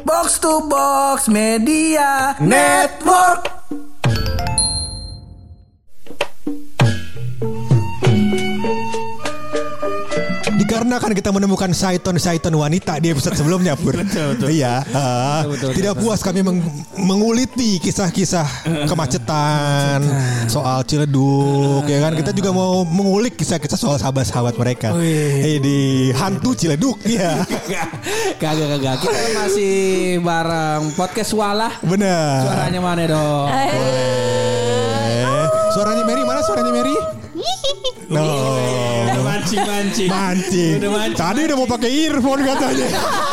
Box to Box Media Network. Dikarenakan kita menemukan Saiton wanita di episode sebelumnya, Pur. Betul. Iya. Betul. Tidak puas kami menguliti kisah-kisah kemacetan, soal Ciledug, ya kan? Kita juga mau mengulik kisah-kisah soal sahabat-sahabat mereka. Di hantu Ciledug, ya. Kagak. Kita masih bareng podcast Walah. Benar. Suaranya mana dong? Suaranya Mary mana? Suaranya Mary? No. Udah mancing. Tadi udah mau pakai earphone katanya.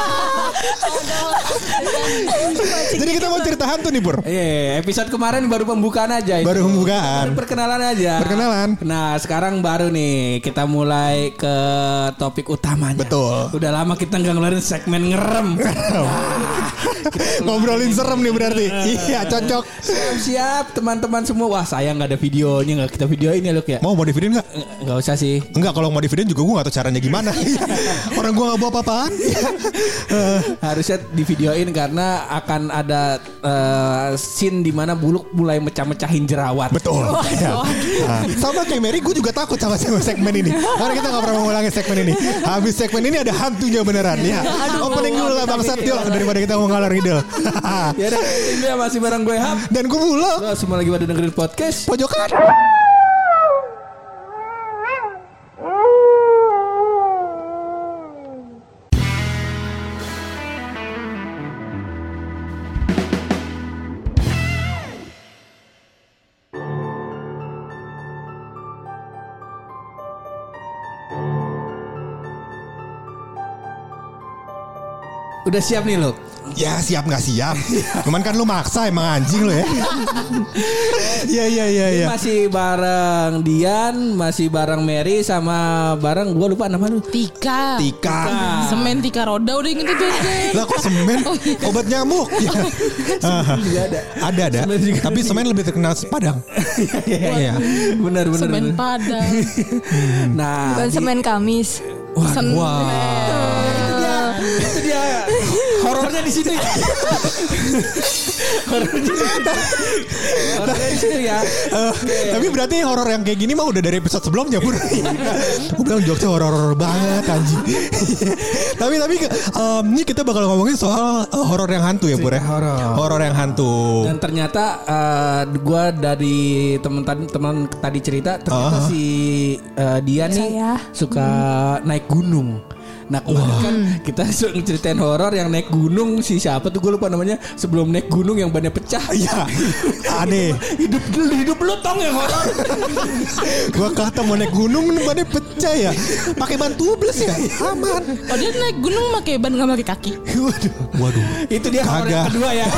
Jadi kita mau cerita hantu nih, Pur. Iya, episode kemarin baru pembukaan aja. Baru pembukaan. Baru perkenalan aja. Nah, sekarang baru nih kita mulai ke topik utamanya. Betul. Udah lama kita nggak ngeluarin segmen ngerem. Ngobrolin serem nih berarti. Iya, cocok. Siap teman-teman semua. Wah, sayang nggak ada videonya, nggak kita videoin ya, Luk ya. Mau videoin nggak? Nggak usah sih. Enggak, kalau mau videoin juga gue nggak tahu caranya gimana. Orang gue nggak bawa apa-apaan. Harusnya di videoin karena akan ada scene di mana Buluk mulai mecah-mecahin jerawat. Betul. Ya. Sama kayak Mary, gue juga takut sama segmen ini. Karena kita nggak pernah mengulangi segmen ini. Habis segmen ini ada hantunya beneran. Ya. Opening dulu lah Bang Satyo daripada kita mau ngalor ngidul. Ya udah, ini masih bareng gue Hap dan gue Buluk. Lo semua lagi pada dengerin podcast Pojokan. Udah siap nih lo? Ya siap nggak siap. Cuman kan lu maksa emang anjing lu ya. Iya. Masih bareng Dian, masih bareng Mary, sama bareng gue lupa nama lu. Tika. Semen Tika Roda udah inget itu aja. Lah kok semen? Obat nyamuk. Semen juga ada. Ada. Tapi semen lebih terkenal Padang. Iya. Benar. Semen Padang. Nah, bukan semen Kamis. Itu dia horornya di situ ya. Horornya di situ ya. Tapi berarti horor yang kayak gini mah udah dari episode sebelumnya, Pur. Gue bilang jokesnya horor banget anjing. Tapi ini kita bakal ngomongin soal horor yang hantu ya, Pur ya. Horor yang hantu. Dan ternyata gue dari teman tadi cerita ternyata si dia nih suka naik gunung. Nah kemarin kan kita ceritain horor yang naik gunung, si siapa tuh gue lupa namanya, sebelum naik gunung yang bannya pecah. Iya. Aneh. Hidup lu tong yang horor. Gua kata mau naik gunung bannya pecah ya. Pakai ban tubles ya. Aman. Oh dia naik gunung pakai ban enggak pakai kaki. Waduh. Itu dia horor yang kedua ya.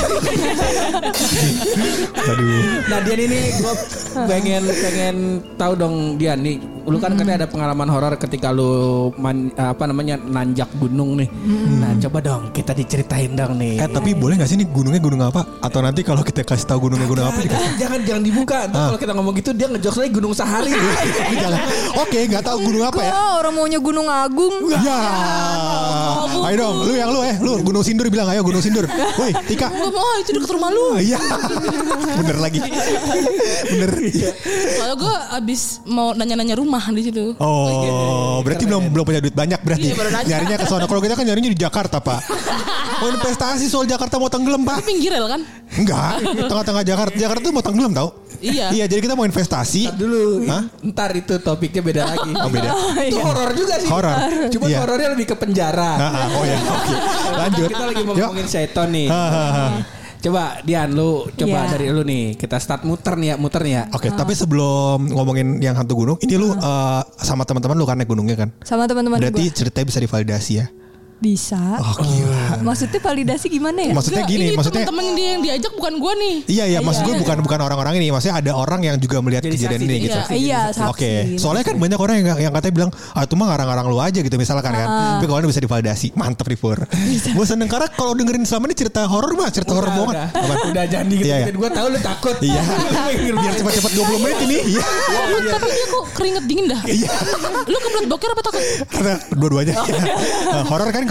Aduh. Nah Dian ini gue pengen tahu dong Dian nih. Lu kan katanya ada pengalaman horor ketika lu nanjak gunung nih. Nah coba dong kita diceritain dong nih. Tapi boleh gak sih nih gunungnya gunung apa? Atau nanti kalau kita kasih tahu gunungnya gunung apa jangan dibuka. Kalau kita ngomong gitu dia ngejokes lagi Gunung Sahari. Oke, gak tahu gunung apa ya? Orang maunya Gunung Agung. Ya. Ayo dong, lu Gunung Sindur bilang ayo Gunung Sindur. Woi, Tika. Gak mau, itu dekat rumah lu. Iya. Bener lagi. Bener. Kalau gue abis mau nanya-nanya rumah di situ. Oh, berarti belum punya duit banyak berarti. Nyarinya ke sana. Kalau kita kan nyarinya di Jakarta, Pak. Mau investasi soal Jakarta mau tenggelam, Pak. Itu pinggir rel kan? Enggak, tengah-tengah Jakarta. Jakarta tuh mau tenggelam tau? Iya. Iya, jadi kita mau investasi. Dulu. Ntar itu topiknya beda lagi. Oh, beda. Itu horor juga sih. Horor. Cuma horornya lebih ke penjara. Oh ya, oke. Lanjut. Kita lagi mau ngomongin setan nih. Coba Dian, lu coba dari lu nih. Kita start muter nih ya. Oke, tapi sebelum ngomongin yang hantu gunung, ini lu sama teman-teman lu kan naik gunungnya kan? Sama teman-teman gue. Berarti ceritanya bisa divalidasi ya? Bisa. Oh gila. Maksudnya validasi gimana ya? Maksudnya gini, maksudnya teman-teman dia yang diajak bukan gue nih. Iya, maksud gue bukan orang-orang ini. Maksudnya ada orang yang juga melihat jadi kejadian ini gitu. Iya, saksi. Oke. Soalnya kan banyak orang yang katanya bilang, itu mah ngarang-ngarang lu aja gitu misalkan kan. Tapi kalau bisa divalidasi, mantep nih Pur. Gue seneng karena kalau dengerin selama ini cerita horor horor banget. Udah jangan gitu. Gue tahu lu takut. Iya. Biar cepat-cepat 20 menit ini. Iya. Tapi dia kok keringet dingin dah. Iya. Lu kebelet boker apa takut? Karena dua-duanya. Horor kan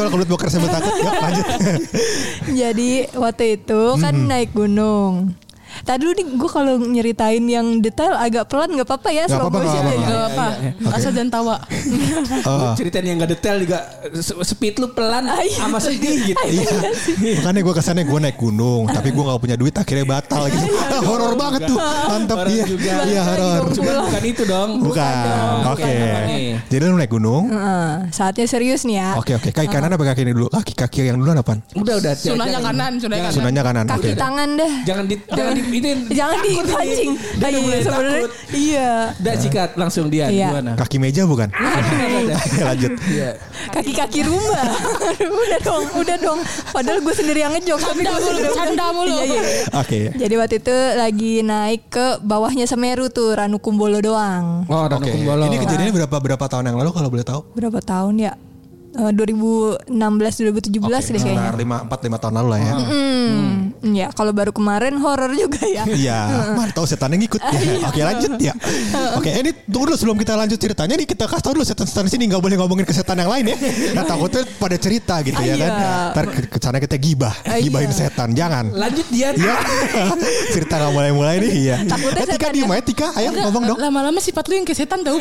kalau kebelet boker sambil takut. Yuk lanjut. Jadi waktu itu kan naik gunung. Tadi dulu nih gue kalau nyeritain yang detail agak pelan nggak apa-apa ya, Nggak slow apa-apa, motion nggak aja. Gak apa. Asal jangan tawa. Ceritain yang gak detail juga speed lu pelan sama sedih gitu. Iya. Makanya gue kesannya gue naik gunung, tapi gue nggak punya duit akhirnya batal gitu. Horor banget tuh, mantap dia. Iya horor. Cuma bukan itu dong. Bukan. Oke. Apa nih? Jadi lu naik gunung. Saatnya serius nih ya. Oke. Kaki kanan apa kaki ini dulu? Kaki yang duluan apaan? Udah. Sunahnya kanan. Sunanya kanan. Kaki Oke. tangan dah. Jangan Jangan dipancing. Sebenarnya Iya. udah sikat langsung dia Iya. gimana? Kaki meja bukan? Lanjut. Iya. Kaki-kaki rumah. udah dong. Padahal gue sendiri yang ngejok. Canda mulu. Iya. Oke. Jadi waktu itu lagi naik ke bawahnya Semeru tuh, Ranukumbolo doang. Oh, Ranu Oke. Kumbolo. Ini kejadiannya berapa tahun yang lalu kalau boleh tahu? Berapa tahun ya? 2016 2017 deh kayaknya. Sekitar 4-5 tahun lalu lah ya. Ya kalau baru kemarin horor juga ya. Iya, mana tahu setannya ngikut. Ya. Oke lanjut ya. Oke, ini tunggu dulu sebelum kita lanjut ceritanya nih kita kasih tahu dulu setan-setan sini nggak boleh ngomongin ke setan yang lain ya. Nah takutnya pada cerita gitu ya kan. Ntar kesana kita gibahin setan, jangan. Lanjut dia. Ya, cerita nggak mulai nih ya. Takutnya Tika setan diem aja Tika, ayo ngomong dong. Lama-lama sifat lu yang ke setan tau.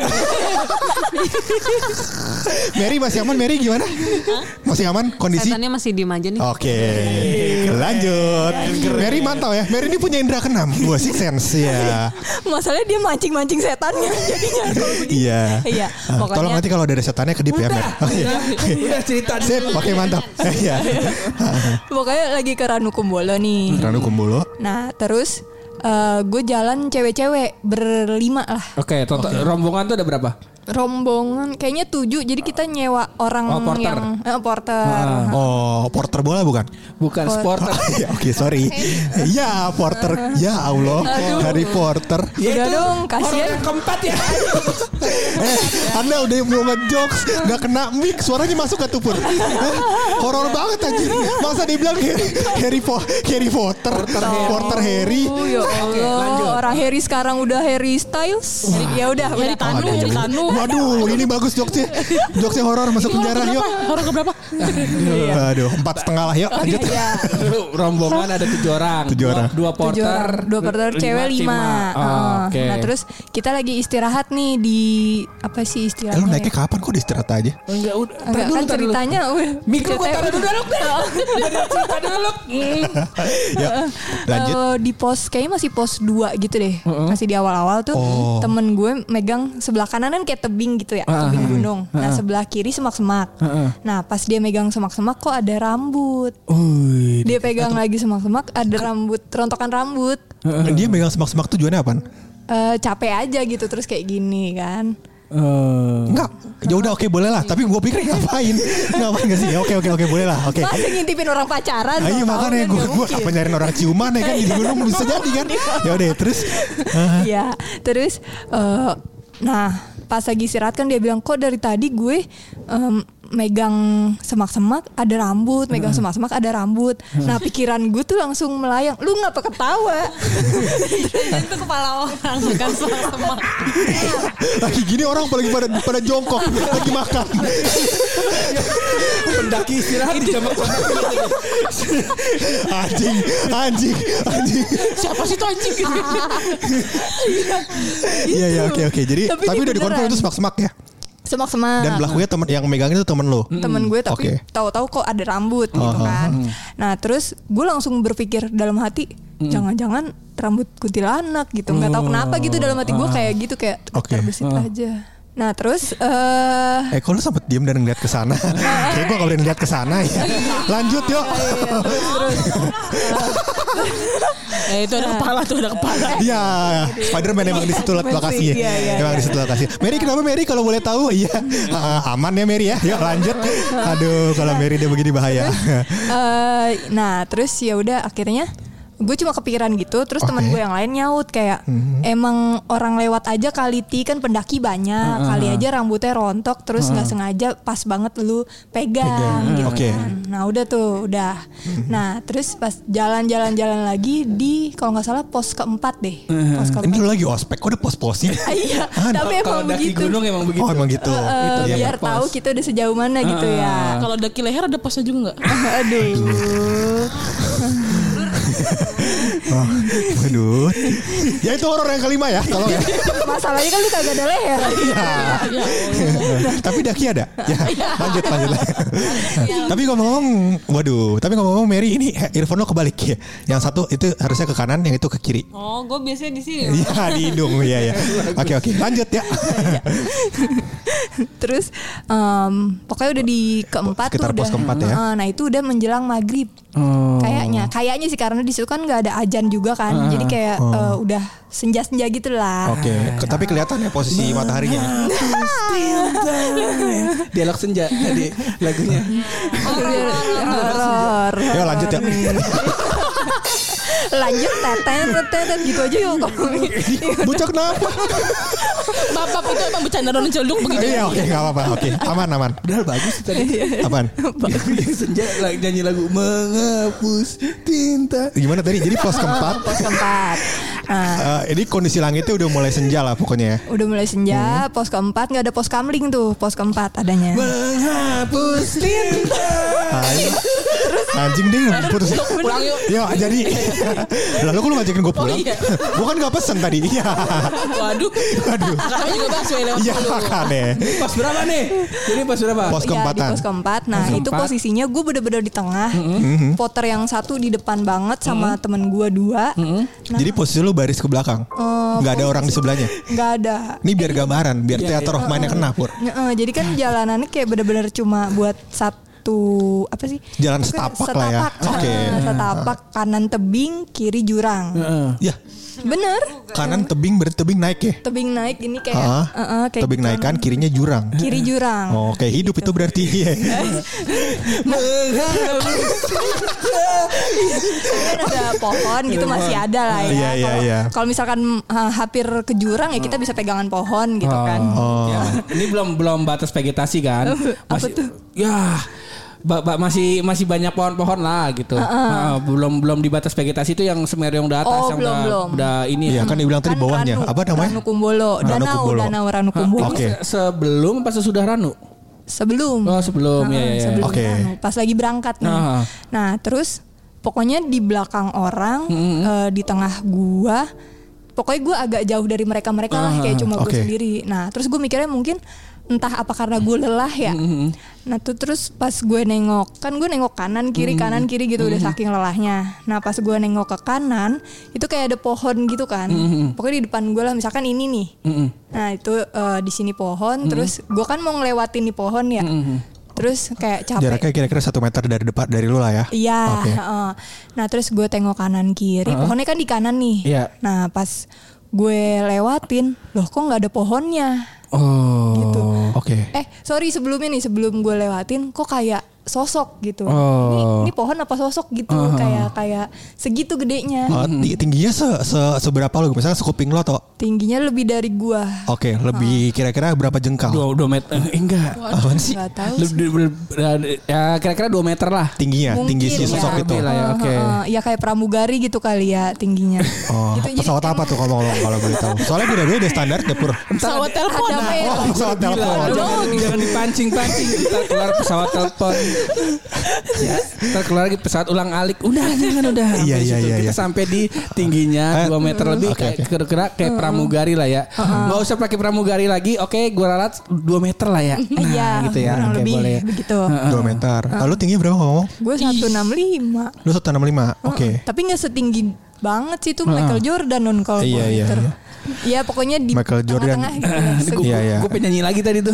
Mary masih aman, Mary gimana? Masih aman kondisi? Setannya masih diem aja nih. Oke, lanjut. Mary mantau ya. Mary ini punya indera keenam, six sense ya. Masalahnya dia mancing-mancing setannya jadinya. Iya. Iya, pokoknya Tolong nanti kalau ada setannya kedip ya, Mer. Udah cerita. Sip, oke mantap. Iya. pokoknya lagi ke Ranukumbolo nih. Ranu Kumbolo. Nah, terus gue jalan cewek-cewek berlima lah. Oke, rombongan tuh ada berapa? Rombongan kayaknya 7. Jadi kita nyewa orang porter. yang porter. Oh, porter bola bukan? Bukan supporter. Ya, oke, sorry. Ya, porter. Ya Allah, Harry Potter. Udah dong, Orang kasihan. yang keempat ya. Anda udah mau ngejokes nggak kena mic, suaranya masuk ke tupur. Horor banget anjir. Masa dibilang Harry Potter, Porter Harry. Oh, ya Allah, orang Harry sekarang udah Harry Styles. Ya udah Harry Tanu. Waduh, ini bagus jokesnya. Jokesnya horor masuk penjara yuk. Horor ke berapa? Aduh, 4,5 lah yuk. Lanjut. Iya. Rombongan ada 7 orang. 7 orang. 2 porter. 2 porter cewek 5. Oh, oke. Nah, terus kita lagi istirahat nih di apa sih Lu istilahnya? naiknya kapan kok di istirahat aja? Enggak udah. Enggak kan ceritanya Mikro gue taruh dulu dulu. Cerita dulu. Ya, lanjut. Di pos kayaknya masih pos 2 gitu deh. Masih di awal-awal tuh temen gue megang sebelah kanan kan kayak tebing gitu ya, tebing gunung. Nah, sebelah kiri semak-semak. Nah, pas dia megang semak-semak kok ada rambut. Dia pegang lagi semak-semak ada rambut, rontokan rambut. Dia megang semak-semak tujuannya apaan? Capek aja gitu terus kayak gini kan. Enggak. Ya udah oke boleh lah. Tapi gue pikir ngapain? Ngapain gak sih? Oke boleh lah. Oke. Masa ngintipin orang pacaran? Iya makanya gue apa nyariin orang ciuman ya kan di gunung bisa jadi kan. Ya udah terus. Iya, terus nah pas lagi istirahat kan dia bilang kok dari tadi gue megang semak-semak ada rambut, megang semak-semak ada rambut. Nah pikiran gue tuh langsung melayang, lu ngapa ketawa? Itu kepala orang bukan semak-semak. Lagi gini orang apalagi pada jongkok lagi makan. Pendaki istirahat di jamak-jamak. Anjing. Siapa sih tuh anjing? Iya oke. Jadi Tapi tapi ini udah dikonfirm beneran. itu semak-semak ya. Semak-semak. Dan pelakunya temen yang megangin itu temen lo. Temen gue tapi Oke. tahu-tahu kok ada rambut gitu kan. Nah terus gue langsung berpikir dalam hati jangan-jangan rambut kuntilanak gitu. Nggak tahu kenapa gitu dalam hati gue kayak gitu kayak Oke. terbesit aja. Nah terus Kok lu sempet diem dan ngeliat ke sana? Kayak gue kalau ngeliat ke sana ya. Lanjut yuk. Itu ada kepala Iya, Spiderman emang di situ lokasinya. Iya. Emang di situ lokasi. Mary kenapa Mary kalau boleh tahu? Iya. Aman ya Mary ya. Yuk lanjut. Aduh, kalau Mary dia begini bahaya. nah terus ya udah akhirnya gue cuma kepikiran gitu. Terus teman gue yang lain nyaut kayak emang orang lewat aja kali Ti, kan pendaki banyak, kali aja rambutnya rontok terus nggak sengaja pas banget lu pegang gitu kan. Nah udah tuh nah terus pas jalan-jalan lagi di kalau nggak salah pos keempat deh. Ini lu lagi ospek, kok ada pos-posnya? Iya, tapi emang begitu. Gunung emang begitu. Oh emang gitu. Biar tahu kita udah sejauh mana gitu ya. Kalau daki leher ada posnya juga nggak? Aduh. Waduh. Ya itu horor yang kelima ya, tolong ya. Masalahnya kan lu kagak ada leher. Tapi daki ada. Ya, lanjut. Tapi ngomong-ngomong Mary, ini earphone lo kebalik ya. Yang satu itu harusnya ke kanan, yang itu ke kiri. Oh, gue biasanya di sini. Iya, di hidung. Iya. Oke, lanjut ya. Terus pokoknya udah di keempat sekitar tuh pos keempat ya. Nah itu udah menjelang maghrib. Kayaknya sih karena di situ kan nggak ada ajan juga kan. Jadi kayak udah senja-senja gitu lah. Oke. Tapi kelihatan ya posisi mataharinya. Dialog senja tadi lagunya. Horor. Yo lanjut ya. Lanjut tetet gitu aja yuk. Bocah kenapa? Bapak itu emang bercanda dan celduk begitu. Iya oke nggak apa-apa. Oke aman. Padahal bagus sih tadi. Apaan? Yang senja nyanyi lagu menghapus tinta. Gimana tadi? Jadi pos keempat. Ini kondisi langitnya udah mulai senja lah pokoknya ya. Udah mulai senja. Pos keempat nggak ada pos kamling tuh. Pos keempat adanya. Menghapus tinta. Anjing deh putus. Pulang yuk. Ya jadi. Lalu kok lu ngajakin gue pulang? iya. Gue kan gak pesen tadi. Iya. Waduh. Kakak juga bakso ya lewat Iya kan ya. Pas berapa nih? Jadi pas berapa? Pos Ya, di keempatan. pos keempat. Nah itu posisinya gue bener-bener di tengah. Potter yang satu di depan banget sama temen gue dua. Jadi posisi lu baris ke belakang. Gak ada orang di sebelahnya. Nggak ada. Ini biar gambaran, biar theater of mind-nya kena Pur. Jadi kan jalanannya kayak bener-bener cuma buat satu apa sih? Jalan setapak lah ya. Oke. Setapak kanan tebing, kiri jurang. Ya. Bener. Kanan tebing berarti tebing naik ya. Tebing naik ini kayak, kayak Tebing gitu. naik kan, kirinya jurang. Kiri jurang. Oh, kayak hidup itu berarti. Iya. Kan ada pohon gitu masih ada lah ya. Iya. Kalau misalkan hampir ke jurang ya kita bisa pegangan pohon gitu kan. Ya, ini belum batas vegetasi kan? Apa tuh? Ya. Masih banyak pohon-pohon lah gitu. Belum di batas vegetasi itu yang Semeru yang udah atas yang belum. udah ini Iya kan dibilang tadi bawahnya. Apa namanya? Ranukumbolo. Danau Ranukumbolo. Oke. Sebelum pas sudah Ranu? Sebelum. Oh sebelum ya. Sebelum Oke. Ranu. Pas lagi berangkat nih. Nah terus pokoknya di belakang orang, di tengah gua, pokoknya gua agak jauh dari mereka lah, kayak cuma gue sendiri. Nah terus gue mikirnya mungkin entah apa karena gue lelah ya. Nah tuh terus pas gue nengok, kan gue nengok kanan kiri gitu udah saking lelahnya. Nah pas gue nengok ke kanan itu kayak ada pohon gitu kan. Pokoknya di depan gue lah, misalkan ini nih. Nah itu di sini pohon. Terus gue kan mau ngelewatin nih pohon ya. Terus kayak capek. Jaraknya kira-kira 1 meter dari lu lah ya. Iya. Okay. Nah terus gue tengok kanan kiri. Pohonnya kan di kanan nih. Iya. Nah pas gue lewatin, loh kok nggak ada pohonnya? Oh. Gitu. Oke. Sorry sebelumnya nih, sebelum gue lewatin kok kayak sosok gitu. Oh. Ini pohon apa sosok gitu, kayak segitu gedenya. Tingginya seberapa lu? Misalnya sekuping lo atau? Tingginya lebih dari gua. Oke, lebih kira-kira berapa jengkal? 2 meter enggak. Apaan sih? Gak tahu sih. Ya kira-kira 2 meter lah. Tingginya, Mungkin tinggi si ya. sosok itu. Lah ya, oke. Ya kayak pramugari gitu kali ya tingginya. Oh, Gitu, pesawat apa tuh kalau boleh tahu? Soalnya beda-beda standar Pur. Pesawat telepon. Ada merah. Oh, pesawat telepon. Jangan dipancing-pancing. Ntar keluar pesawat telepon. Ya, ntar keluar lagi pesawat ulang alik. Udah. Iya. Kita sampai di tingginya 2 meter lebih. Kira-kira kayak pramugari lah ya. Nggak usah pakai pramugari lagi. Oke, gue ralat 2 meter lah ya. Iya, gitu ya. kurang Oke, lebih boleh. begitu. 2 meter. Lalu tingginya berapa ngomong? Gue 165. Lu 165. Oke. Tapi nggak setinggi banget sih itu Michael Jordan non kalau Iya. Iya pokoknya di Michael Jordan. tengah-tengah gitu. Iya. Gue pengen nyanyi lagi tadi tuh.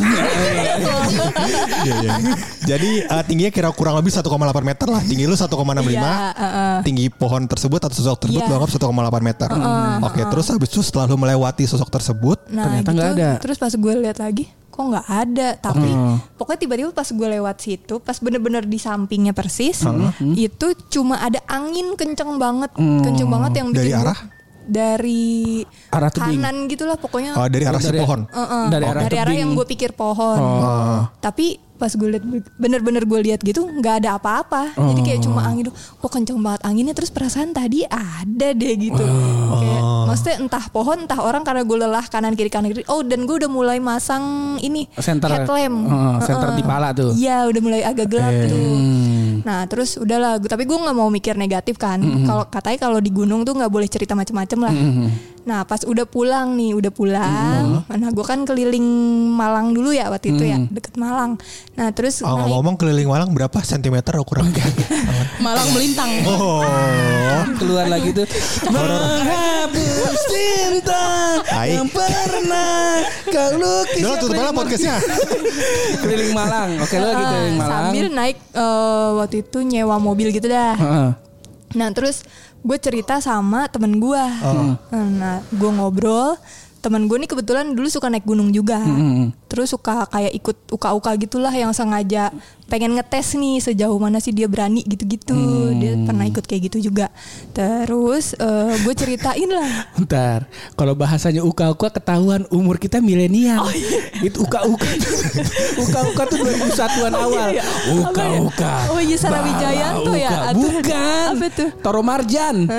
Iya. Jadi tingginya kira kurang lebih 1,8 meter lah. Tinggi lu 1,65. Iya, Tinggi pohon tersebut atau sosok tersebut Iya. lu anggap 1,8 meter. Oke, terus habis itu setelah lu melewati sosok tersebut, Nah, Ternyata gitu. nggak ada. Terus pas gue lihat lagi, kok nggak ada. Tapi pokoknya tiba-tiba pas gue lewat situ, pas bener-bener di sampingnya persis, itu cuma ada angin kenceng banget yang bikin dari arah? Dari arah tebing. kanan gitulah pokoknya. Dari arah si pohon. Dari arah yang gue pikir pohon. Tapi pas gue lihat bener-bener gue lihat gitu nggak ada apa-apa. Jadi kayak cuma angin, kok kenceng banget anginnya. Terus perasaan tadi ada deh gitu. Kayak maksudnya entah pohon entah orang, karena gue lelah kanan kiri. Dan gue udah mulai masang ini headlamp. Center di pala tuh. Iya udah mulai agak gelap tuh. Nah terus udahlah, tapi gue nggak mau mikir negatif kan. Katanya kalau di gunung tuh nggak boleh cerita macem-macem lah. Nah pas udah pulang. Nah gue kan keliling Malang dulu ya waktu itu ya, deket Malang. Nah terus ngomong keliling Malang berapa sentimeter ukuran? Malang melintang. Keluar lagi tuh. Menghapus cinta yang pernah kau lukis. Udah tutup aja podcastnya. Keliling Malang. Oke, lo lagi keliling Malang. Sambil naik waktu itu nyewa mobil gitu dah. Nah terus gue cerita sama temen gue. Nah gue ngobrol. Temen gue nih kebetulan dulu suka naik gunung juga. Terus suka kayak ikut uka-uka gitulah, yang sengaja pengen ngetes nih sejauh mana sih dia berani gitu-gitu. Dia pernah ikut kayak gitu juga. Terus gue ceritain lah. Bentar, kalau bahasanya uka-uka ketahuan umur kita milenial. Itu uka-uka. Uka-uka tuh 2001-an awal. Uka-uka. Oh iya, Sarah Wijayanto ya? Bukan. Apa tuh? Toro Marjan.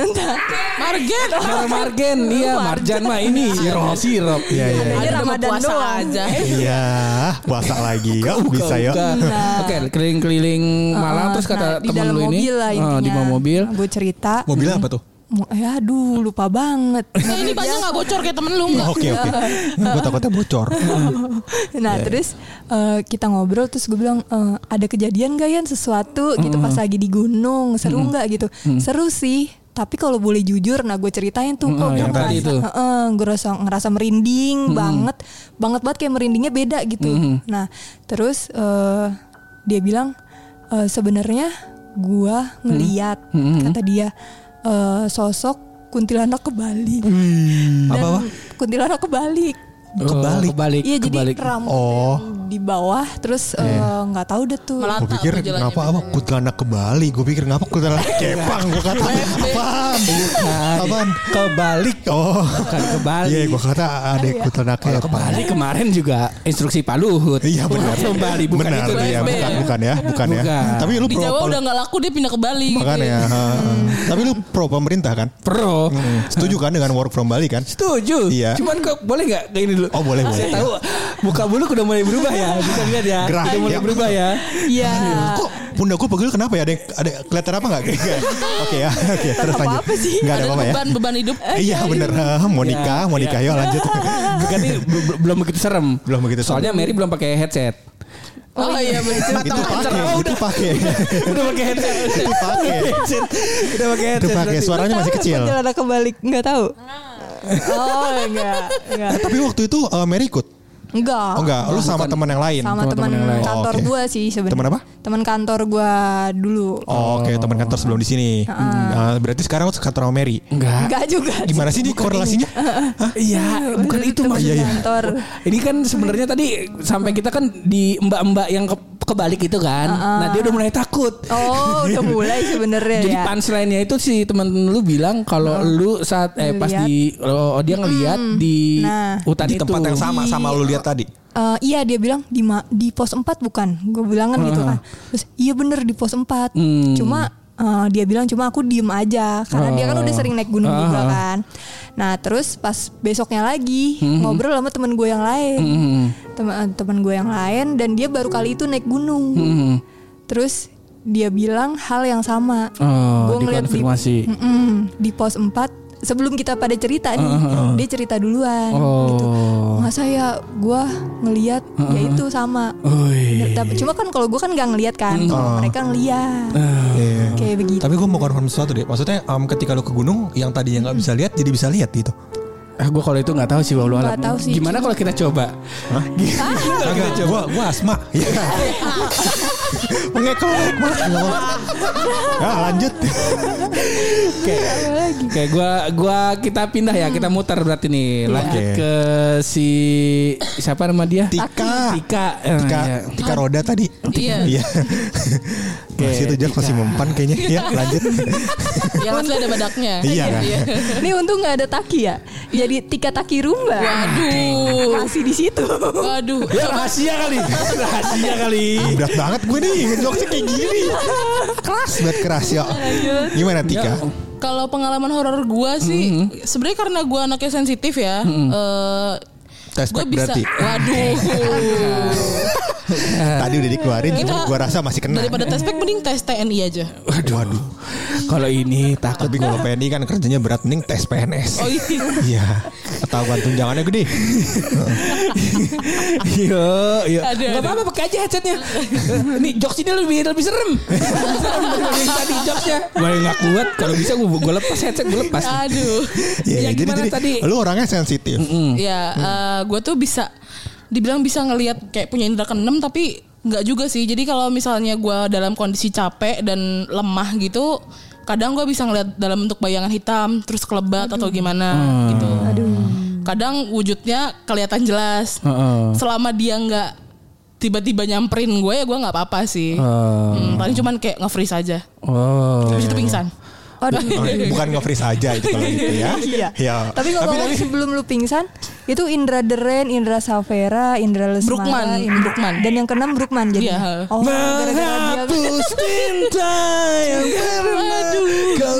Toro Margen. Iya, Marjan mah ini sirop. Iya. Ini Ramadan puasa doang aja. Iya, puasa lagi. Bisa ya. Oke, keliling-keliling Malang terus kata temen lu ini. Di bawah mobil. Gue cerita. Mobilnya apa tuh? Aduh lupa banget. Ini banyak gak bocor kayak temen lu gak? Oke. Gue takutnya bocor. Nah terus kita ngobrol. Terus gue bilang ada kejadian gak ya sesuatu gitu pas lagi di gunung. Seru gak gitu? Seru sih. Tapi kalau boleh jujur, nah gue ceritain tuh kok yang tadi itu. Gue ngerasa merinding banget kayak merindingnya beda gitu. Nah terus dia bilang sebenarnya gue ngeliat kata dia sosok kuntilanak kebalik. Apa? Kuntilanak kebalik. Kebalik. Iya jadi rambut di bawah terus nggak tahu deh tuh. Gue pikir ngapa kuntilanak kebalik. Gue pikir ngapa kuntilanak kepang. Gue kata apaan? Kebalik. Bukan kebalik. Iya, gue kata ada kuntilanak kepang. Kebalik kemarin juga instruksi Pak Luhut. Iya benar. Kembali bukan benar, itu. Iya, bukan ya. Tapi lu di Jawa udah gak laku, dia pindah ke Bali. Makanya. Tapi lu pro pemerintah kan? Pro. Setuju kan dengan work from Bali kan? Setuju. Iya. Cuman kok boleh nggak kayak ini dulu? Oh boleh. Saya tahu muka bulu udah mulai berubah ya. Bisa lihat ya. Udah mulai berubah ya. Iya. Kok pundak gue pegel kenapa ya? Ada kelihatan apa nggak? Oke ya. Oke, terus lanjut. Nggak ada apa-apa ya. Beban hidup. Iya bener. Mau nikah yuk lanjut. Berarti belum begitu serem. Belum begitu serem. Soalnya Mary belum pakai headset. Oh iya betul. Itu pakai. Udah pakai headset. Udah pakai headset. Itu pakai. Suaranya masih kecil. Kuntilanak kebalik nggak tahu. Oh enggak. Tapi waktu itu Mary ikut. Enggak. Lu sama teman yang lain. Sama teman kantor gue sih sebenarnya. Teman apa? Teman kantor gue dulu. Oke, teman kantor sebelum di sini. Berarti sekarang kantor sama Mary. Enggak juga. Gimana sih ini korelasinya? Iya, bukan itu maksudnya. Kantor. Ini kan sebenarnya tadi sampai kita kan di mbak-mbak yang kebalik itu kan. Nah, dia udah mulai takut. Oh, udah mulai sebenarnya. Jadi punchline-nya itu si teman lu bilang kalau lu saat pas dia ngelihat di hutan di tempat yang sama lu lihat tadi. Iya dia bilang di pos 4 bukan. Gue bilang kan gitu kan. Terus iya bener di pos 4. Cuma dia bilang cuma aku diem aja karena dia kan udah sering naik gunung juga kan. Nah terus pas besoknya lagi ngobrol sama temen gue yang lain. Temen gue yang lain dan dia baru kali itu naik gunung. Terus dia bilang hal yang sama. Gue ngeliat di pos 4. Sebelum kita pada cerita nih, dia cerita duluan gitu. Masa ya gue ngelihat ya itu sama. Cuma kan kalau gue kan gak ngelihat kan, mereka ngelihat. Kayak begitu. Tapi gue mau konfirm sesuatu deh. Maksudnya ketika lu ke gunung yang tadinya gak bisa lihat jadi bisa lihat gitu. Gue kalau itu nggak tahu sih walau Nggak tahu sih. Gimana kalau kita coba? Gimana kita coba? Gua asma. Iya. Mengeklek mah. Ya lanjut. Kayak kita pindah ya, kita muter berarti nih. Lanjut ke si siapa nama dia? Tika. Tika roda tadi. Iya. Masih itu Jack masih mempan kayaknya. Ya lanjut. Yang asli ada badaknya. Iya kan? Ini untung nggak ada taki ya. Jadi Tika Taki Rumba. Waduh. Masih di situ. Waduh. Ya rahasia kali. Berat banget gue nih ngejokesnya kayak gini. Keras ya. Gimana Tika? Kalau pengalaman horor gue sih, sebenarnya karena gue anaknya sensitif ya. Tespek Gue bisa. berarti. Waduh. Tadi udah dikeluarin, cuma gue rasa masih kena. Daripada tespek mending tes TNI aja. Waduh. Kalau ini takut. Tapi kalau PNI kan kerjanya berat, mending tes PNS. Oh iya. Iya. Ketahuan tunjangannya gede. Iya. Ada. Gak apa-apa pakai aja headsetnya. Nih jokes ini lebih serem. Daripada yang tadi jokesnya. Gue nggak kuat. Kalau bisa gue lepas headset, gue lepas. Aduh. Iya. Jadi tadi? lu orangnya sensitif. Ya, gue tuh bisa dibilang bisa ngelihat kayak punya indera keenam, tapi nggak juga sih. Jadi kalau misalnya gue dalam kondisi capek dan lemah gitu, kadang gue bisa ngelihat dalam bentuk bayangan hitam, terus kelebat atau gimana gitu. Kadang wujudnya kelihatan jelas. Selama dia nggak tiba-tiba nyamperin gue, ya gue nggak apa-apa sih. Paling cuman kayak nge-freeze aja. Habis itu pingsan. Bukan nge-freeze aja itu kalau gitu ya. Iya. Tapi ngomong sebelum lu pingsan, itu Indra Deren, Indra Savera, Indra Lesmara, Brookman. dan yang keenam Brookman jadi. Iya. Oh, gara-gara dia. cinta yang pernah kau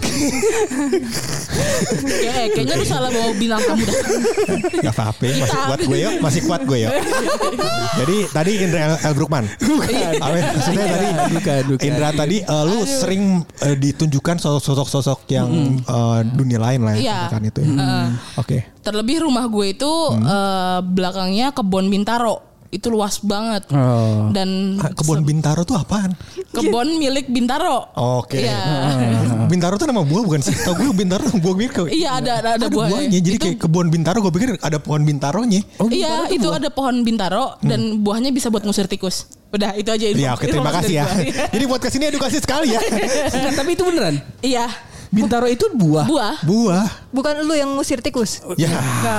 Kayaknya lu salah bawa bilang kamu dah. Gak apa-apa, masih kuat gue yuk. Jadi tadi Indra L. Brookman. Maksudnya tadi Bukan. Indra tadi lu sering ditunjukkan sosok-sosok yang dunia lain lah Iya. kan itu ya. Oke. Terlebih rumah gue itu belakangnya kebun Bintaro. Itu luas banget. Dan Kebun Bintaro tuh apaan? kebun milik Bintaro. Oke. Iya. Bintaro tuh nama buah bukan sih? Tahu gue Bintaro buah gitu. Iya ada buahnya. Jadi Itu- kayak kebun Bintaro gue pikir ada pohon Bintaronya. Iya itu ada pohon Bintaro dan buahnya bisa buat ngusir tikus. Udah itu aja info. Ya oke, terima informasi kasih ya. dari gua. Jadi buat kesini edukasi sekali ya. Tapi itu beneran. Iya Bintaro itu buah. Buah. Bukan lu yang ngusir tikus. Ya.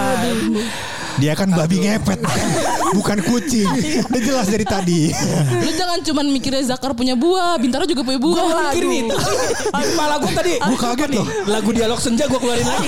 Dia kan babi ngepet, bukan kucing. Udah jelas dari tadi. Lu jangan cuman mikirnya Zakar punya buah, Bintaro juga punya buah. Gue mikirin itu. Kepala gue tadi. Gue kaget loh. Lagu Dialog Senja gue keluarin lagi.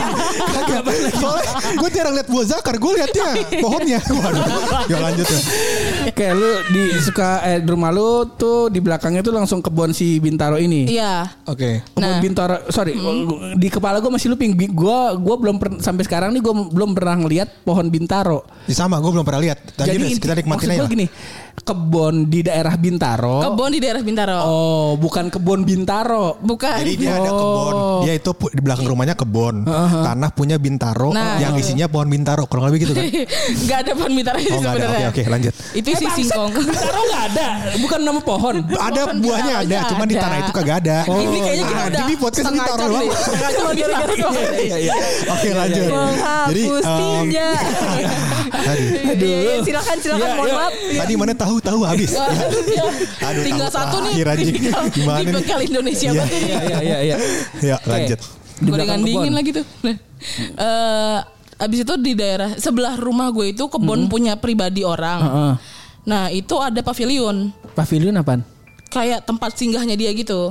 Soalnya gue jarang liat buah zakar, gue liatnya pohonnya. Waduh. Ya lanjut ya. Kayak lu di rumah lu tuh di belakangnya tuh langsung kebun si Bintaro ini. Iya. Oke. Kebun Nah. Bintaro, sorry, di kepala gue masih looping. Gue belum sampai sekarang nih gue belum pernah ngeliat pohon Bintaro. Sama, gue belum pernah lihat. Tadi kita nikmatin maksud aja. gue gini, kebun di daerah Bintaro. Kebun di daerah Bintaro. Oh, bukan kebun Bintaro. Bukan. Jadi dia ada kebun. Dia itu di belakang rumahnya kebun. Tanah punya Bintaro Nah. yang isinya pohon Bintaro. Kalau lebih gitu kan? Gak ada pohon Bintaro itu Oh nggak ada. sebenarnya. Oke lanjut. Itu si singkong. Bintaro nggak ada, bukan nama pohon. Ada buahnya ada, Bintaronya cuman di ada. tanah itu kagak ada. Ini kayaknya kita udah Ini podcast setengah Bintaro jam doang. nih. Setengah jam gara-gara doang. Oke lanjut. Jadi Menghapus tinja. tadi Iya, silakan mohon maaf. tadi mana tahu habis. Aduh, Tinggal tahu satu nih. terakhir, anjing. Tinggal Gimana di nih? bekal Indonesia Iya. banget ini. Iya. Ya lanjut. Di Gorengan belakang dingin kebun. lagi tuh. Abis itu di daerah sebelah rumah gue itu kebun punya pribadi orang. Nah itu ada pavilion. Pavilion apaan? Kayak tempat singgahnya dia gitu.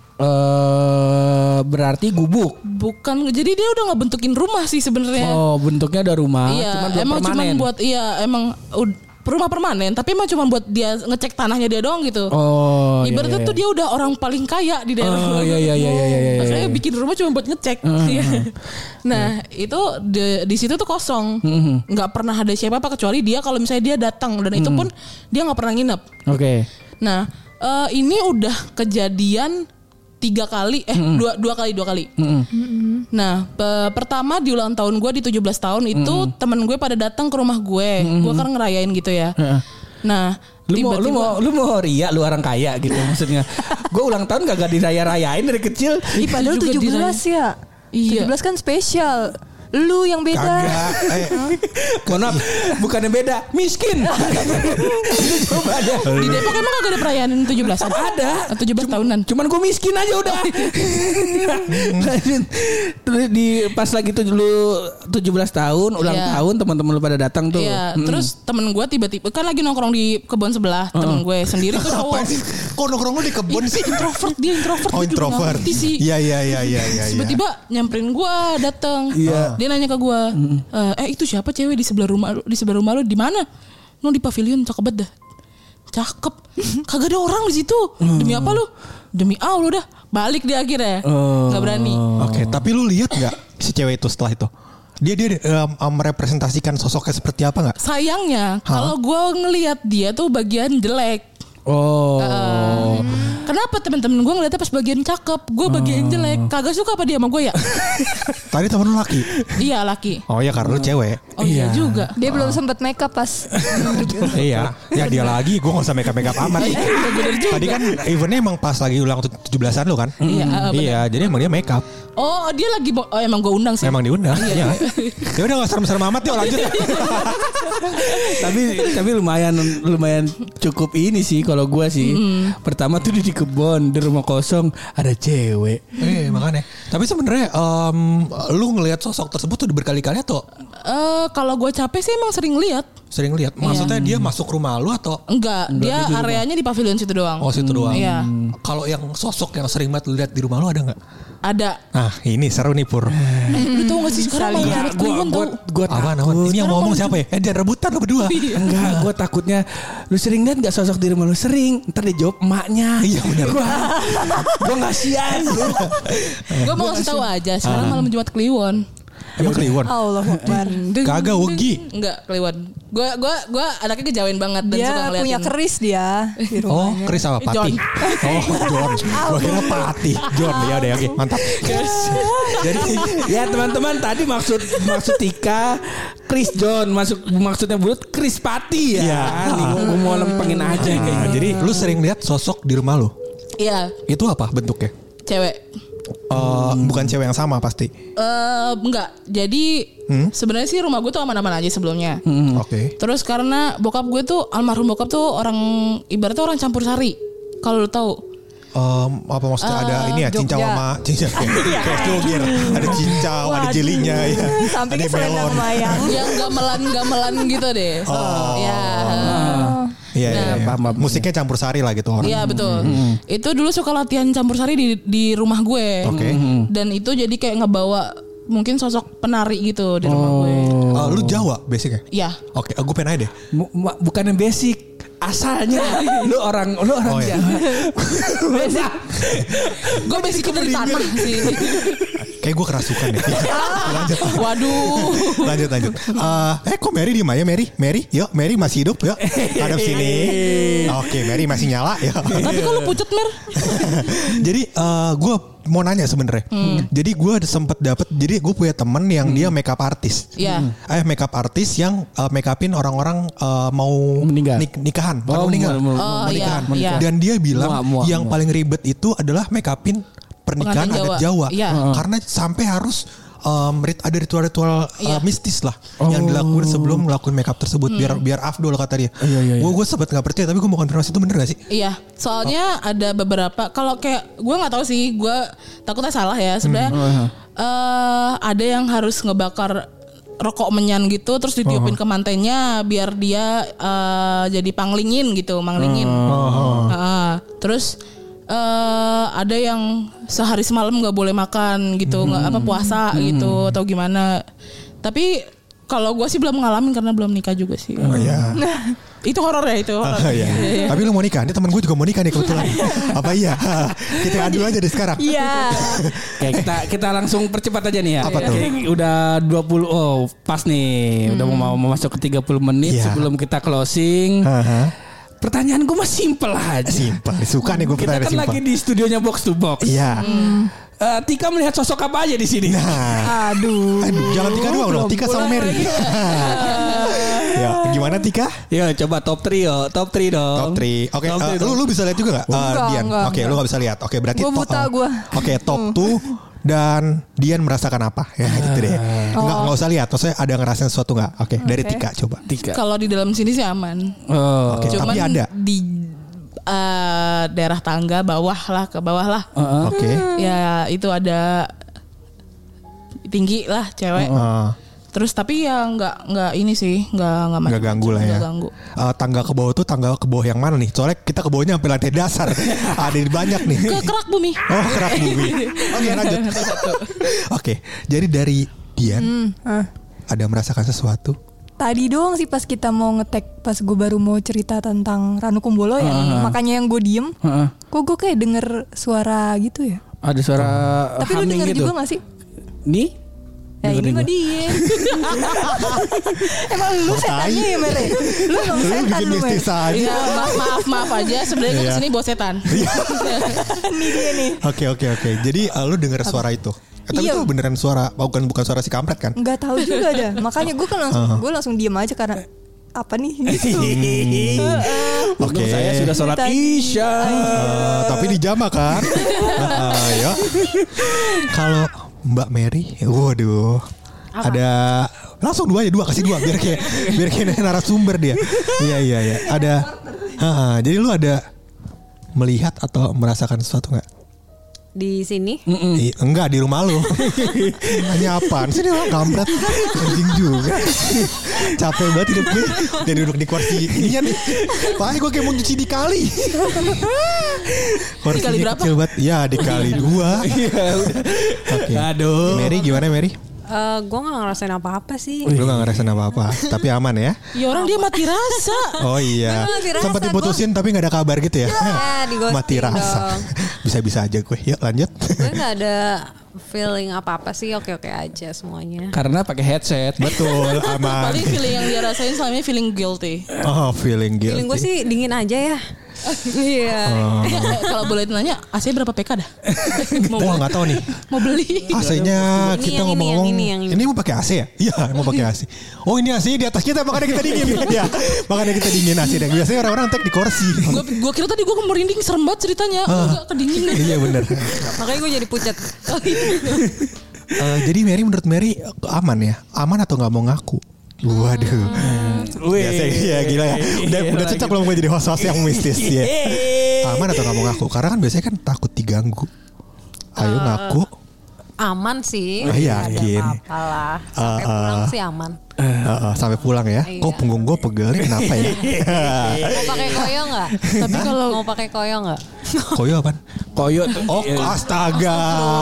Berarti gubuk. Bukan, jadi dia udah nggak bentukin rumah sih sebenarnya. Oh, bentuknya ada rumah, Iya, cuman belum emang permanen. cuman buat emang rumah permanen, tapi emang cuma buat dia ngecek tanahnya dia doang gitu. Oh, Ibaratnya iya. tuh dia udah orang paling kaya di daerah. Oh, iya. Makanya bikin rumah cuma buat ngecek. Iya. Nah, itu di situ tuh kosong. Nggak pernah ada siapa-apa kecuali dia kalau misalnya dia datang, dan itu pun dia nggak pernah nginep. Oke. Nah, ini udah kejadian 3 kali, dua kali. Nah, pertama di ulang tahun gue di 17 tahun itu temen gue pada datang ke rumah gue. Gue kan ngerayain gitu ya. Nah, Lu mau ria, lu orang kaya gitu maksudnya. Gue ulang tahun gak diraya-rayain dari kecil. Ih, padahal juga 17 ya. Iya. 17 kan spesial. Lu yang beda. Kagak. Mohon maaf, bukannya beda, miskin. Itu jawabannya. Di Depok emang kagak ada perayaan 17-an? Ada 17 tahunan. Cuman gue miskin aja udah. Terus pas lagi tuh lu 17 tahun ulang tahun, teman-teman lu pada datang tuh. Iya, terus temen gue tiba-tiba kan lagi nongkrong di kebun sebelah, temen gue sendiri tuh cowok. Kok nongkrong lu di kebun sih? Introvert, dia introvert. Oh, gitu, introvert. nggak ngerti sih. Iya. Tiba-tiba nyamperin gue, datang. Dia nanya ke gue, itu siapa cewek di sebelah rumah lu? Di sebelah rumah lu di mana? No, di pavilion, cakep banget dah. Cakep. Kagak ada orang di situ. Demi apa lu? Demi Allah dah. Balik dia akhirnya. Gak berani. Oke, tapi lu lihat nggak si cewek itu setelah itu? Dia merepresentasikan sosoknya seperti apa nggak? Sayangnya, kalau gue ngelihat dia tuh bagian jelek. Kenapa teman-teman gue ngeliatnya pas bagian cakep, gue bagian jelek. Kagak suka apa dia sama gue ya? Tadi temen lu laki? Iya, laki. Oh iya, karena lu cewek. Oh iya juga. Dia belum sempat make up pas. Iya, ya dia lagi. Gue gak usah make up amat. Tadi kan eventnya emang pas lagi ulang 17-an lu kan? Iya, jadi emang dia make up. Oh, dia lagi emang gue undang sih. Emang diundang. Iya. Ya udah gak serem-serem amat yuk lanjut. tapi lumayan cukup ini sih kalau gue sih. Pertama tuh di kebun, di rumah kosong ada cewek. Makanya. Tapi sebenarnya lu ngelihat sosok tersebut tuh berkali-kali atau? Kalau gue capek sih emang sering lihat. Sering lihat. Maksudnya dia masuk rumah lu atau? Enggak, dia areanya di pavilion situ doang. Oh, situ doang. Iya. Kalau yang sosok yang sering banget lu lihat di rumah lu ada nggak? Ada. Nah, ini seru nih Pur. Lu tau gak sih sekarang malah ada Kliwon tau? Gue Ini yang ngomong siapa ya? Jangan rebutan lu berdua. Enggak, gue takutnya lu sering lihat nggak sosok di rumah lu sering. Ntar dia jawab emaknya. Iya benar. Gue nggak sian. Gue mau ngasih tahu aja. Sekarang malam Jumat Kliwon. Emang Kliwon? Allah Akbar. Kagak wegi. Enggak, Kliwon. Gue anaknya kejawen banget dan suka Dia ngeliatin. punya keris dia di Oh, rumahnya. Chris apa Pati? Oh, John. Gue kira Pati. John, ya udah oke, mantap. Jadi ya teman-teman tadi maksud Tika Chris John maksudnya bulat Chris Pati ya. Iya. Gue mau lempengin aja kayak. Jadi lu sering lihat sosok di rumah lu? Iya, Itu apa bentuknya? cewek. Bukan cewek yang sama pasti. Enggak. Jadi sebenarnya sih rumah gue tuh aman-aman aja sebelumnya. Oke. Terus karena bokap gue tuh almarhum bokap tuh orang ibaratnya orang campur sari. Kalau lu tahu. Apa maksudnya ada ini ya cincau Jogja. sama cincau kayak jogir. Ada cincau, ada jelinya ya. Sampingnya Ada selendang melon. mayang. Yang gamelan gitu deh. Ya. Iya. Musiknya campur sari lah gitu orang. Iya betul. Itu dulu suka latihan campur sari di rumah gue. Oke. Dan itu jadi kayak ngebawa mungkin sosok penari gitu di rumah gue. Lu Jawa basicnya? Iya. Oke, gue pengen aja deh. Bukan yang basic. Asalnya lu orang Oh, iya. Jawa. Gue basicnya dari tanah sih. Kayak gue kerasukan deh. Lanjut. Waduh. Lanjut. Kok Mary diem aja Mary? Yuk, Mary masih hidup yuk. Hadap sini. Oke, Mary masih nyala ya. Tapi kalau pucet Mer. Jadi gue mau nanya sebenarnya. Jadi gue sempet dapet. Jadi gue punya temen yang dia makeup artist. Iya. Makeup artist yang make upin orang-orang mau Meninggal. nikahan. Bukan meninggal. Oh, Mau nikahan. iya. Dan dia bilang Muak. yang paling ribet itu adalah make upin pernikahan Pengantin adat Jawa. Iya. Karena sampai harus ada ritual-ritual Iya. mistis lah yang dilakukan sebelum melakukan makeup tersebut biar afdol kata dia. Gue sempat nggak percaya tapi gue mau konfirmasi itu bener gak sih? Iya, soalnya ada beberapa. Kalau kayak gue nggak tahu sih, gue takutnya salah ya. Sebenarnya ada yang harus ngebakar rokok menyan gitu, terus ditiupin ke mantennya biar dia jadi panglingin gitu, manglingin. Terus ada yang sehari semalam nggak boleh makan gitu, nggak puasa gitu atau gimana. Tapi kalau gue sih belum ngalamin karena belum nikah juga sih. Oh iya. Itu horor ya itu. Horor. Iya. Tapi lu mau nikah? Ini temen gue juga mau nikah nih kebetulan. Apa iya? Kita adu aja deh sekarang. Iya. Oke, kita langsung percepat aja nih ya. Apa tuh? Oke, udah 20 pas nih. Udah mau masuk ke 30 menit Iya. sebelum kita closing. Pertanyaan gue mah simple aja. Simpel. Suka nih gue Kita pertanyaan kan simpel. lagi di studionya Box to Box. Iya. Tika melihat sosok apa aja di sini? Nah. Aduh. Jangan Tika doang dong. Tika sama Mary. Ya, gimana Tika? Yo, coba top 3 yo. Top 3 dong. Top 3. Oke, lu bisa lihat juga gak? Enggak, Dian. enggak, Oke, lu gak bisa lihat. Oke, berarti Gua buta, gua. Oke, top 2 dan Dian merasakan apa ya gitu deh. Nggak usah lihat, maksudnya ada ngerasain sesuatu nggak? Oke, dari Tika coba. Kalau di dalam sini sih aman. Oke, Cuman tapi ada di daerah tangga ke bawah lah. Oke. Ya itu ada tinggi lah cewek. Terus tapi ya nggak ini sih nggak ganggu lah ya. Ganggu. Tangga ke bawah tuh tangga ke bawah yang mana nih? Soalnya kita ke bawahnya sampai lantai dasar. Ada banyak nih. Ke kerak bumi. Oh, kerak bumi. Oke, lanjut. Oke, jadi dari Dian ada merasakan sesuatu? Tadi doang sih pas kita mau ngetek, pas gue baru mau cerita tentang Ranu Kumbolo makanya yang gue diem. Kok gue kayak denger suara gitu ya? Ada suara Tapi lu denger gitu. juga gak sih? Nih? Ya ini mah dia. Emang lu setannya ya Mere? Lu emang setan lu Mere. Ya, maaf aja sebenarnya gue kesini bawa setan. Ini dia nih. Oke. Jadi lu dengar suara itu? Tapi itu beneran suara, bukan suara si kampret kan? Nggak tahu juga dah. Makanya gue kan langsung diem aja karena apa nih gitu. Oke. Saya sudah sholat Isya. Tapi dijama kan? Ayo. Kalau Mbak Mary, waduh. Apa? Ada langsung dua kasih dua biar kayak narasumber dia. Iya. Ada. Jadi lu ada melihat atau merasakan sesuatu nggak? Di sini? Enggak, di rumah lu. Nanya apaan sih nih orang kampret. Anjing juga. Capek banget hidup gue. Dan duduk di kursi ininya nih. Pakai gue kayak mau cuci di kali. Dikali berapa? Kecil banget. Ya dikali 2. Oke. Aduh. Mary gimana Mary? Gue gak ngerasain apa-apa sih. Lu gak ngerasain apa-apa. Tapi aman ya? Ya orang dia mati rasa. Oh iya. Sempat diputusin tapi gak ada kabar gitu ya? Ya, mati rasa. Bisa-bisa aja gue. Yuk lanjut. Gue gak ada feeling apa-apa sih. Oke-oke aja semuanya. Karena pakai headset. Betul, aman. Paling feeling yang dia rasain selama ini feeling guilty. Oh, feeling guilty. Feeling gue sih dingin aja ya. Iya. Kalau boleh nanya AC berapa PK dah? Wah nggak tahu nih. Mau beli. AC-nya kita ngomong-ngomong. yang ini. Ini mau pakai AC ya? Iya, mau pakai AC. Oh ini AC di atas kita makanya kita dingin. Ya, makanya kita dingin AC. Dan biasanya orang-orang tek di kursi. Gue kira tadi gue merinding serem banget ceritanya. Enggak kedinginan. Iya benar. Makanya gue jadi pucat. Jadi Mary menurut Mary aman ya? Aman atau nggak mau ngaku? Waduh. Biasa ya gila ya. Udah cocok belum gue jadi host-host yang mistis ya. Aman atau nggak mau ngaku? Karena kan biasanya kan takut diganggu. Ayo ngaku. Aman sih. Yakin. Apa lah. Sampai pulang sih aman. Sampai pulang ya. Kok punggung gue pegel kenapa ya? Mau pakai koyo nggak? Tapi kalau Mau pakai koyo nggak? Koyo apaan? Koyo tuh. Oh astaga.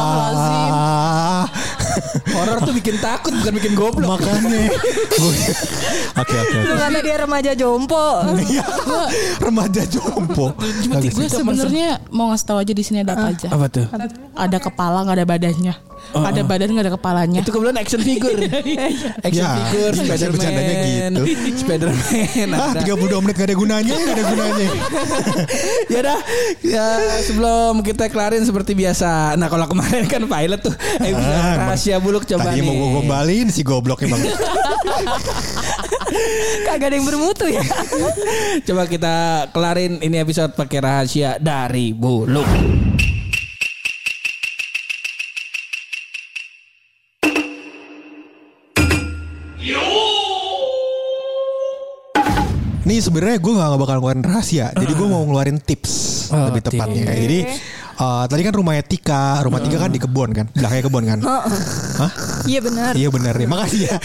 Horor tuh bikin takut bukan bikin goblok. Makanya. Oke. Lu kata dia remaja jompo. Iya. Remaja jompo. gue sebenarnya mau ngasih tahu aja di sini ada apa aja. Apa tuh? Ada kepala nggak ada badannya. Ada badan nggak ada kepalanya. Itu kebetulan action figure. Action Ya, figure Spider-Man. bercandanya gitu. Spider-Man. 32 menit gak ada gunanya. Ya dah, ya sebelum kita kelarin seperti biasa. Nah kalau kemarin kan pilot tuh rahasia buluk coba Tadi nih. mau gue gombalin si goblok emang. Kagak ada yang bermutu ya. Coba kita kelarin ini episode pakai rahasia dari buluk. Nih sebenarnya gue gak bakal ngeluarin rahasia. Jadi gue mau ngeluarin tips lebih tepatnya. Jadi tadi kan rumahnya Tika. Rumah Tika kan di kebun kan. Belakangnya kebun kan. Hah? Iya benar. Iya benar nih. Makasih ya.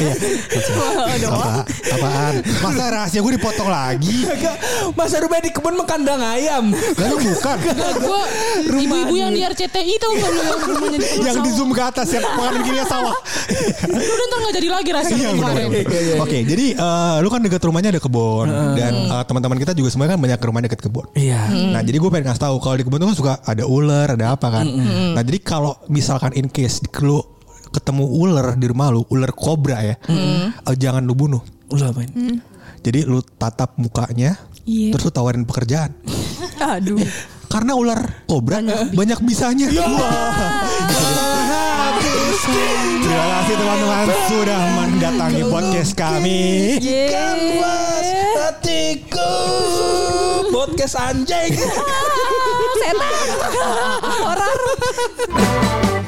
Apaan? Masa rahasia gue dipotong lagi? Masa rumahnya di kebun mengkandang ayam. Lalu bukan. Gue ibu-ibu yang di RCTI tuh kan yang rumahnya di Yang di zoom ke atas yang makan begini sawah. Udah ntar nggak jadi lagi rahasia Iya kemarin. benar. Oke, jadi lu kan dekat rumahnya ada kebun dan teman-teman kita juga semuanya kan banyak rumah dekat kebun. Iya. Nah, jadi gue pengen ngasih tahu kalau di kebun tuh kan suka ada ular, ada apa kan. Nah, jadi kalau misalkan in case lu ketemu ular di rumah lu, ular kobra ya, jangan lu bunuh. Ular apain? Jadi lu tatap mukanya, terus lu tawarin pekerjaan. Aduh. Karena ular kobra banyak bisanya. Terima kasih teman-teman sudah mendatangi podcast kami. Kanvas hatiku podcast anjing. Setan. Horor.